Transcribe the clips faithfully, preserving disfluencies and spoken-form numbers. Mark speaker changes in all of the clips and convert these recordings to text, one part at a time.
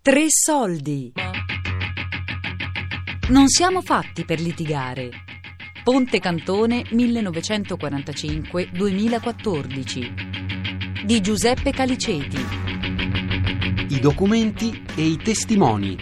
Speaker 1: Tre soldi. Non siamo fatti per litigare. Ponte Cantone millenovecentoquarantacinque duemilaquattordici di Giuseppe Caliceti.
Speaker 2: I documenti e i testimoni.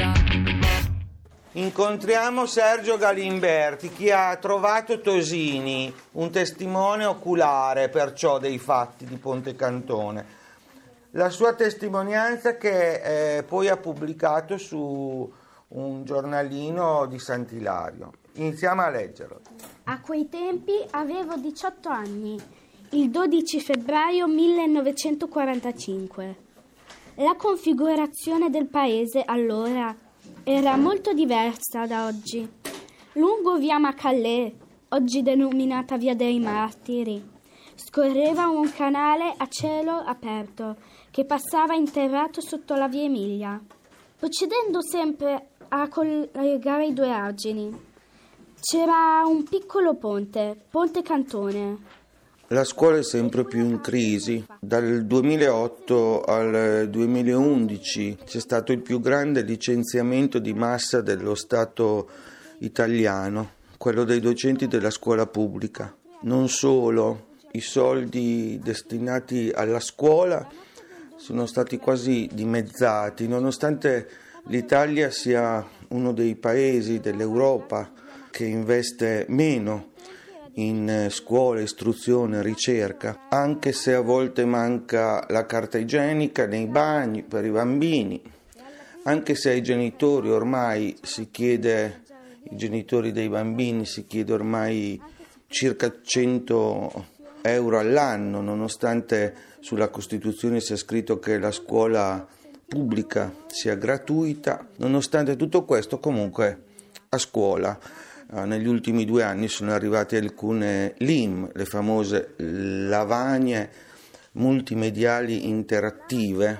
Speaker 3: Incontriamo Sergio Galimberti, chi ha trovato Tosini, un testimone oculare perciò dei fatti di Ponte Cantone. La sua testimonianza che eh, poi ha pubblicato su un giornalino di Sant'Ilario. Iniziamo a leggerlo.
Speaker 4: A quei tempi avevo diciotto anni, il dodici febbraio millenovecentoquarantacinque. La configurazione del paese allora era molto diversa da oggi. Lungo via Macallè, oggi denominata via dei Martiri, scorreva un canale a cielo aperto che passava interrato sotto la via Emilia, procedendo sempre a collegare i due argini. C'era un piccolo ponte, Ponte Cantone.
Speaker 3: La scuola è sempre più in crisi. Dal duemilaotto al duemilaundici c'è stato il più grande licenziamento di massa dello Stato italiano, quello dei docenti della scuola pubblica. Non solo, i soldi destinati alla scuola sono stati quasi dimezzati, nonostante l'Italia sia uno dei paesi dell'Europa che investe meno in scuola, istruzione, ricerca, anche se a volte manca la carta igienica nei bagni per i bambini, anche se ai genitori ormai si chiede, i genitori dei bambini si chiede ormai circa cento euro all'anno, nonostante sulla Costituzione sia scritto che la scuola pubblica sia gratuita. Nonostante tutto questo, comunque a scuola eh, negli ultimi due anni sono arrivate alcune L I M, le famose lavagne multimediali interattive,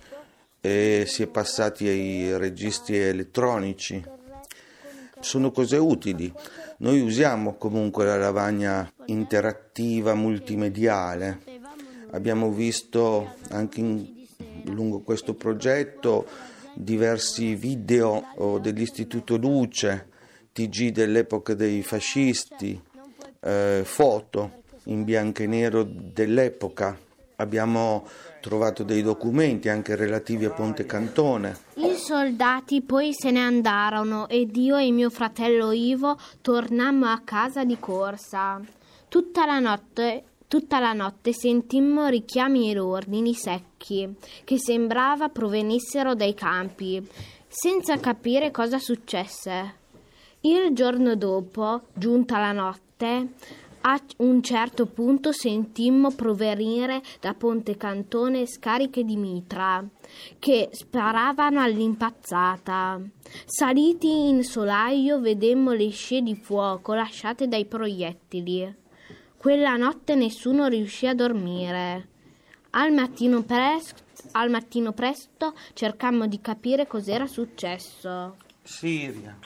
Speaker 3: e si è passati ai registri elettronici. Sono cose utili. Noi usiamo comunque la lavagna interattiva multimediale. Abbiamo visto anche in, lungo questo progetto diversi video dell'Istituto Luce, T G dell'epoca dei fascisti, eh, foto in bianco e nero dell'epoca. Abbiamo trovato dei documenti anche relativi a Ponte Cantone.
Speaker 5: I soldati poi se ne andarono ed io e mio fratello Ivo tornammo a casa di corsa. Tutta la notte, tutta la notte sentimmo richiami e ordini secchi che sembrava provenissero dai campi, senza capire cosa successe. Il giorno dopo, giunta la notte, a un certo punto sentimmo provenire da Ponte Cantone scariche di mitra che sparavano all'impazzata. Saliti in solaio vedemmo le scie di fuoco lasciate dai proiettili. Quella notte nessuno riuscì a dormire. Al mattino, presto, al mattino presto cercammo di capire cos'era successo.
Speaker 3: Siria.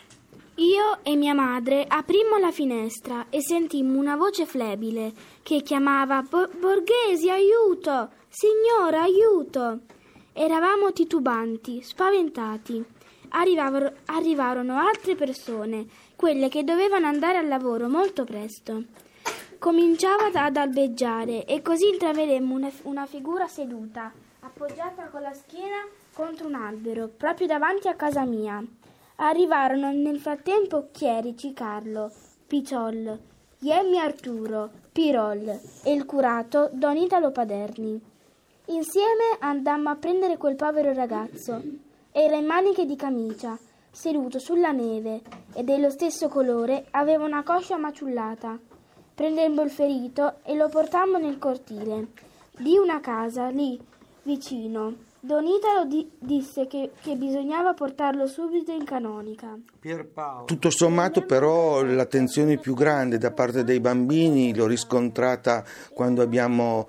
Speaker 4: Io e mia madre aprimmo la finestra e sentimmo una voce flebile che chiamava Bo- Borghesi, aiuto! Signora, aiuto! Eravamo titubanti, spaventati. Arrivavano, arrivarono altre persone, quelle che dovevano andare al lavoro molto presto. Cominciava ad albeggiare e così intravedemmo una, una figura seduta, appoggiata con la schiena contro un albero, proprio davanti a casa mia. Arrivarono nel frattempo Chierici Carlo, Picciol, Iemmi Arturo, Pirol e il curato Don Italo Paderni. Insieme andammo a prendere quel povero ragazzo. Era in maniche di camicia, seduto sulla neve e dello stesso colore, aveva una coscia maciullata. Prendemmo il ferito e lo portammo nel cortile di una casa lì vicino. Don Italo di- disse che, che bisognava portarlo subito in canonica.
Speaker 3: Pierpaolo. Tutto sommato però l'attenzione più grande da parte dei bambini l'ho riscontrata quando abbiamo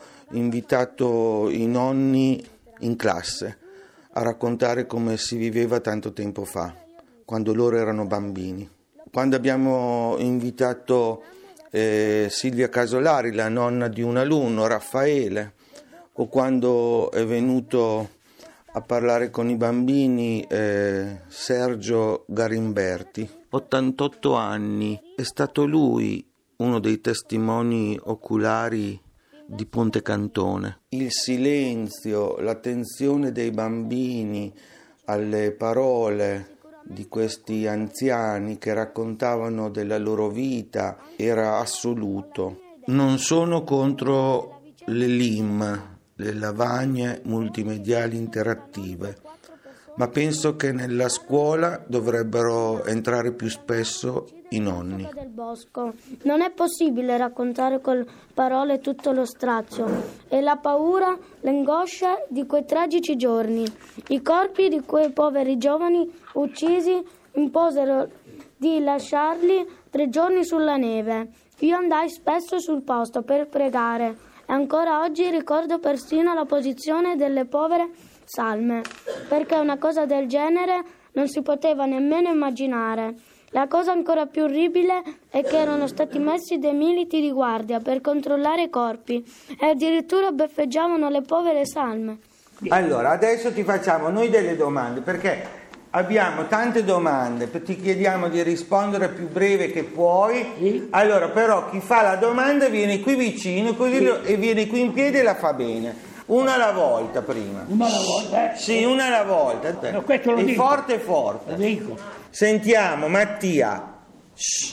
Speaker 3: invitato i nonni in classe a raccontare come si viveva tanto tempo fa, quando loro erano bambini. Quando abbiamo invitato eh, Silvia Casolari, la nonna di un alunno, Raffaele, o quando è venuto a parlare con i bambini eh, Sergio Garimberti, ottantotto anni, è stato lui uno dei testimoni oculari di Ponte Cantone. Il silenzio, l'attenzione dei bambini alle parole di questi anziani che raccontavano della loro vita era assoluto. Non sono contro le L I M, le lavagne multimediali interattive, ma penso che nella scuola dovrebbero entrare più spesso i nonni.
Speaker 6: Del bosco. Non è possibile raccontare con parole tutto lo strazio e la paura, l'angoscia di quei tragici giorni. I corpi di quei poveri giovani uccisi imposero di lasciarli tre giorni sulla neve. Io andai spesso sul posto per pregare e ancora oggi ricordo persino la posizione delle povere salme, perché una cosa del genere non si poteva nemmeno immaginare. La cosa ancora più orribile è che erano stati messi dei militi di guardia per controllare i corpi e addirittura beffeggiavano le povere salme.
Speaker 3: Allora, adesso ti facciamo noi delle domande, perché abbiamo tante domande, ti chiediamo di rispondere più breve che puoi. Sì. Allora, però chi fa la domanda viene qui vicino, così sì. E viene qui in piedi e la fa bene. Una alla volta prima.
Speaker 7: Una alla volta? Eh?
Speaker 3: Sì, una alla volta.
Speaker 7: No, questo lo
Speaker 3: e
Speaker 7: dico.
Speaker 3: forte forte.
Speaker 7: Lo dico.
Speaker 3: Sentiamo, Mattia. Shh.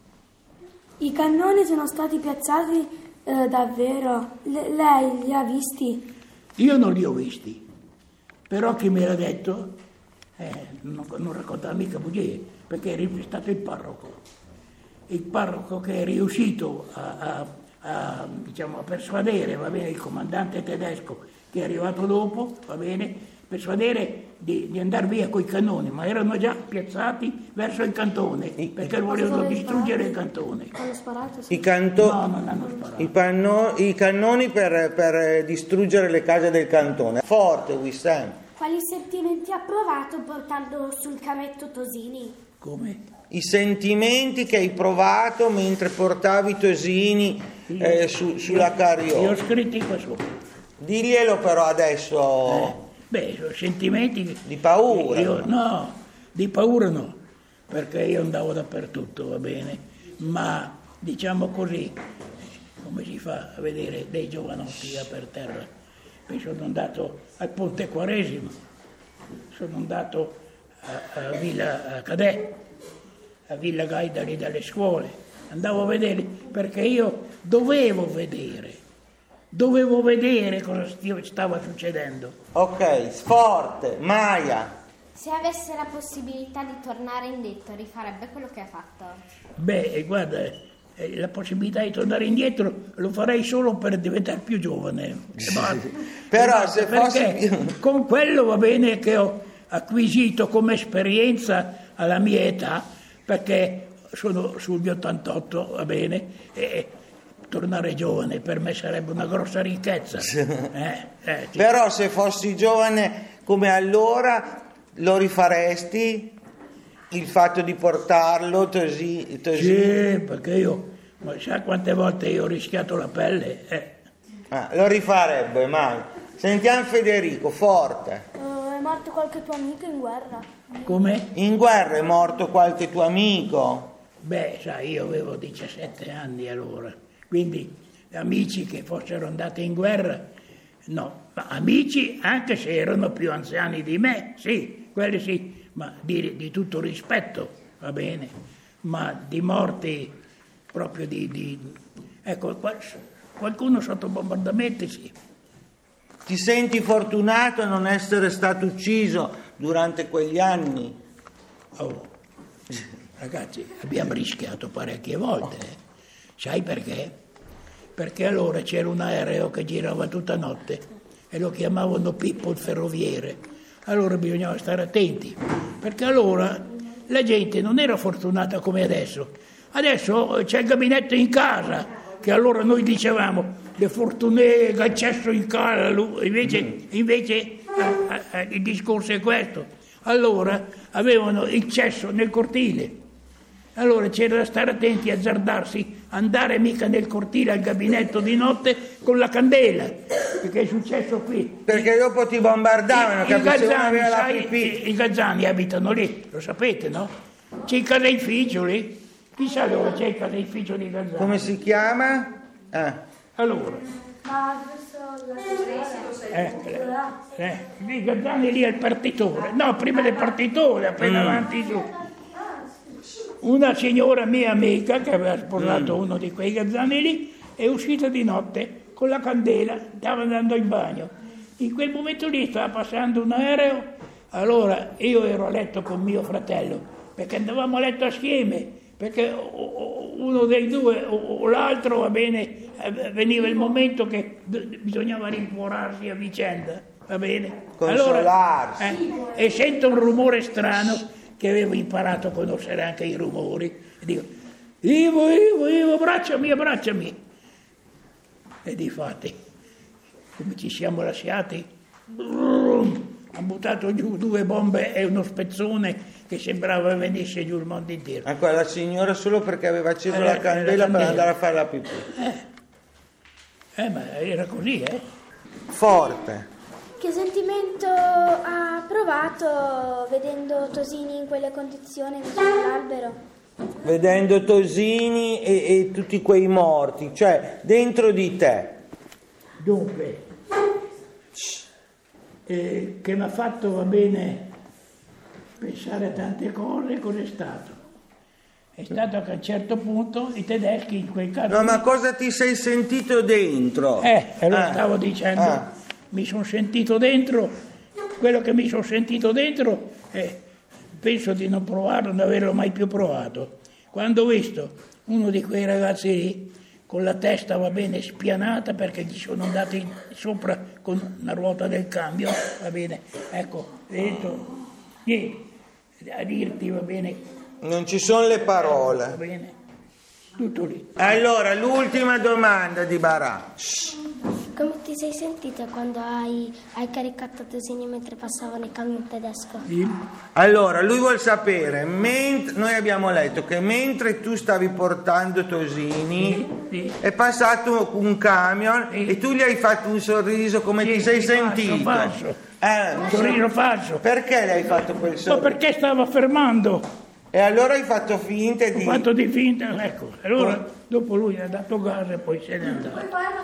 Speaker 4: I cannoni sono stati piazzati eh, davvero? Le- lei li ha visti?
Speaker 7: Io non li ho visti, però chi me l'ha detto eh, non, non raccontava mica bugie, perché è stato il parroco. Il parroco che è riuscito a, a, a, diciamo, a persuadere, va bene, il comandante tedesco che è arrivato dopo, va bene, persuadere di, di andare via coi cannoni, ma erano già piazzati verso il cantone, perché volevano distruggere il cantone.
Speaker 4: Hanno sparato? Sì.
Speaker 3: I, canto-
Speaker 7: no, non hanno sparato.
Speaker 3: I, panno- i cannoni per, per distruggere le case del cantone. Forte, Wissam.
Speaker 4: Quali sentimenti ha provato portando sul cametto Tosini?
Speaker 7: Come?
Speaker 3: I sentimenti che hai provato mentre portavi Tosini eh, su, sulla carriola.
Speaker 7: Li ho scritti qua sopra.
Speaker 3: Diglielo però adesso.
Speaker 7: Eh. Beh, sono sentimenti
Speaker 3: di paura.
Speaker 7: Io, no, di paura no, perché io andavo dappertutto, va bene, ma diciamo così, come si fa a vedere dei giovanotti là per terra. Poi sono andato al Ponte Quaresimo, sono andato a, a Villa Cadè, a Villa Gaidari dalle scuole, andavo a vedere perché io dovevo vedere. Dovevo vedere cosa stava succedendo.
Speaker 3: Ok, forte, Maya.
Speaker 5: Se avesse la possibilità di tornare indietro, rifarebbe quello che ha fatto?
Speaker 7: Beh, guarda, eh, la possibilità di tornare indietro lo farei solo per diventare più giovane.
Speaker 3: Però se fosse
Speaker 7: più... con quello va bene che ho acquisito come esperienza alla mia età, perché sono sugli ottantotto, va bene, e tornare giovane per me sarebbe una grossa ricchezza. Eh, eh, sì.
Speaker 3: Però se fossi giovane come allora lo rifaresti? Il fatto di portarlo così? così?
Speaker 7: Sì, perché io, ma sa quante volte io ho rischiato la pelle? Eh.
Speaker 3: Ah, lo rifarebbe, mai. Sentiamo Federico, forte.
Speaker 4: Uh, è morto qualche tuo amico in guerra?
Speaker 7: Come?
Speaker 3: In guerra è morto qualche tuo amico?
Speaker 7: Beh, sai, io avevo diciassette anni allora. Quindi amici che fossero andati in guerra, no, ma amici anche se erano più anziani di me, sì, quelli sì, ma di, di tutto rispetto, va bene, ma di morti proprio di... di ecco, qualcuno sotto bombardamenti, sì.
Speaker 3: Ti senti fortunato a non essere stato ucciso durante quegli anni?
Speaker 7: Oh, ragazzi, abbiamo rischiato parecchie volte, eh. Sai perché? Perché allora c'era un aereo che girava tutta notte e lo chiamavano Pippo il ferroviere. Allora bisognava stare attenti, perché allora la gente non era fortunata come adesso. Adesso c'è il gabinetto in casa, che allora noi dicevamo le fortune l'accesso in casa, invece, invece eh, eh, il discorso è questo. Allora avevano il cesso nel cortile. Allora c'era da stare attenti, azzardarsi, andare mica nel cortile al gabinetto di notte con la candela, perché è successo qui.
Speaker 3: Perché dopo ti bombardavano,
Speaker 7: I,
Speaker 3: capisci?
Speaker 7: i Gazzani,
Speaker 3: Aveva la
Speaker 7: sai,
Speaker 3: pipì.
Speaker 7: i, i Gazzani abitano lì, lo sapete, no? C'è il caseificio lì, chissà dove c'è il caseificio di Gazzani.
Speaker 3: Come si chiama? Ah.
Speaker 7: Allora, eh, eh, lì Gazzani lì è il partitore, no, prima del partitore, appena mm. avanti su. Una signora mia amica che aveva sposato mm. uno di quei Gazzani lì è uscita di notte con la candela, stava andando in bagno. In quel momento lì stava passando un aereo, allora io ero a letto con mio fratello, perché andavamo a letto assieme, perché uno dei due o l'altro, va bene, veniva il momento che bisognava rincuorarsi a vicenda, va bene?
Speaker 3: Consolarsi.
Speaker 7: Allora, eh, e sento un rumore strano, che avevo imparato a conoscere anche i rumori, e dico, Ivo, Ivo, Ivo, abbracciami, abbracciami. E difatti, come ci siamo lasciati, brum, hanno buttato giù due bombe e uno spezzone che sembrava venisse giù il mondo intero.
Speaker 3: Ma quella signora solo perché aveva acceso
Speaker 7: Eh,
Speaker 3: la candela
Speaker 7: la
Speaker 3: per
Speaker 7: candela.
Speaker 3: andare a fare la pipì.
Speaker 7: Eh, eh ma era così, eh.
Speaker 3: Forte.
Speaker 4: Che sentimento ha provato vedendo Tosini in quelle condizioni vicino all'albero?
Speaker 3: Vedendo Tosini e, e tutti quei morti, cioè dentro di te.
Speaker 7: Dunque, eh, che mi ha fatto, va bene, pensare a tante cose, cos'è stato? È stato che a un certo punto i tedeschi in quel caso...
Speaker 3: No, ma cosa ti sei sentito dentro?
Speaker 7: Eh, e lo
Speaker 3: Ah.
Speaker 7: stavo dicendo,
Speaker 3: Ah.
Speaker 7: mi sono sentito dentro, quello che mi sono sentito dentro, eh, penso di non provarlo, non averlo mai più provato. Quando ho visto uno di quei ragazzi lì, con la testa, va bene, spianata, perché gli sono andati sopra con una ruota del cambio, va bene, ecco, ho detto, niente, a dirti, va bene,
Speaker 3: Non ci sono le
Speaker 7: va
Speaker 3: parole.
Speaker 7: bene, tutto lì.
Speaker 3: Allora, l'ultima domanda di Barà.
Speaker 6: Come ti sei sentita quando hai, hai caricato Tosini mentre passavano i camion tedesco?
Speaker 3: Allora, lui vuol sapere, ment- noi abbiamo letto che mentre tu stavi portando Tosini
Speaker 7: Sì, sì.
Speaker 3: è passato un camion
Speaker 7: Sì.
Speaker 3: e tu gli hai fatto un sorriso, come
Speaker 7: Sì,
Speaker 3: ti sei
Speaker 7: sì, falso,
Speaker 3: sentito?
Speaker 7: falso.
Speaker 3: Eh,
Speaker 7: Un sorriso falso.
Speaker 3: Perché le hai fatto quel
Speaker 7: Ma
Speaker 3: sorriso?
Speaker 7: perché stava fermando?
Speaker 3: E allora hai fatto finta
Speaker 7: Ho
Speaker 3: di...
Speaker 7: fatto di finta, ecco. Allora, dopo lui ha dato gas e poi se n'è andato.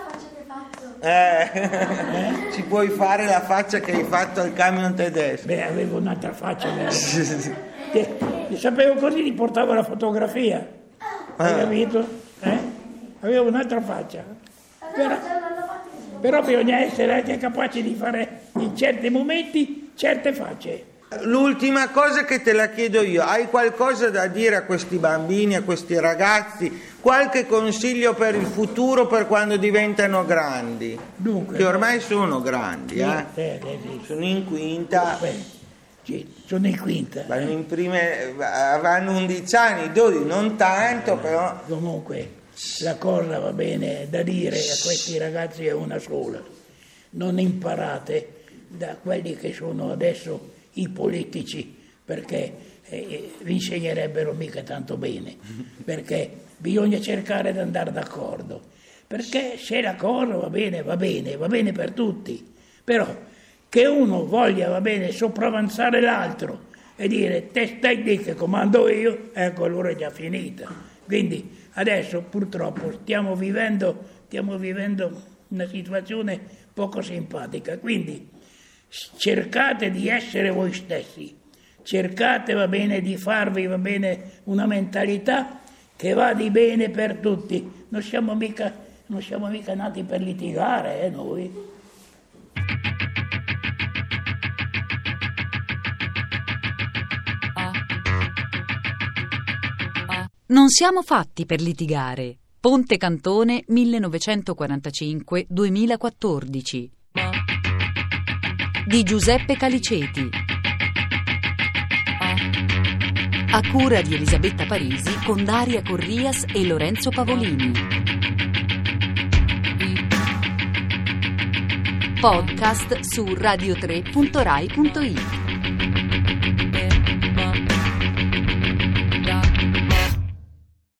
Speaker 3: Eh, ci puoi fare la faccia che hai fatto al camion tedesco.
Speaker 7: Beh, avevo un'altra faccia. Che, che sapevo così, gli portavo la fotografia. Hai
Speaker 3: Ah.
Speaker 7: capito? Eh? Avevo un'altra faccia. Però, però bisogna essere anche capaci di fare in certi momenti certe facce.
Speaker 3: L'ultima cosa che te la chiedo io, hai qualcosa da dire a questi bambini, a questi ragazzi? Qualche consiglio per il futuro, per quando diventano grandi?
Speaker 7: Dunque,
Speaker 3: Che ormai sono grandi,
Speaker 7: sì,
Speaker 3: eh?
Speaker 7: sì, sì, sì.
Speaker 3: Sono in quinta,
Speaker 7: Beh, sì, sono in quinta.
Speaker 3: vanno in prime, avranno undici anni, dodici, non tanto, però...
Speaker 7: Comunque, la cosa, va bene, da dire a questi ragazzi è una sola. Non imparate da quelli che sono adesso i politici, perché eh, vi insegnerebbero mica tanto bene, perché bisogna cercare di andare d'accordo, perché se la cosa va bene, va bene, va bene per tutti, però che uno voglia, va bene, sopravanzare l'altro e dire te stai lì che comando io, ecco, allora è già finita. Quindi adesso purtroppo stiamo vivendo, stiamo vivendo una situazione poco simpatica, quindi cercate di essere voi stessi, cercate, va bene, di farvi, va bene, una mentalità che va di bene per tutti. Non siamo mica, non siamo mica nati per litigare, eh, noi.
Speaker 1: Non siamo fatti per litigare. Ponte Cantone millenovecentoquarantacinque duemilaquattordici di Giuseppe Caliceti, a cura di Elisabetta Parisi con Daria Corrias e Lorenzo Pavolini. Podcast su radio tre punto rai punto it.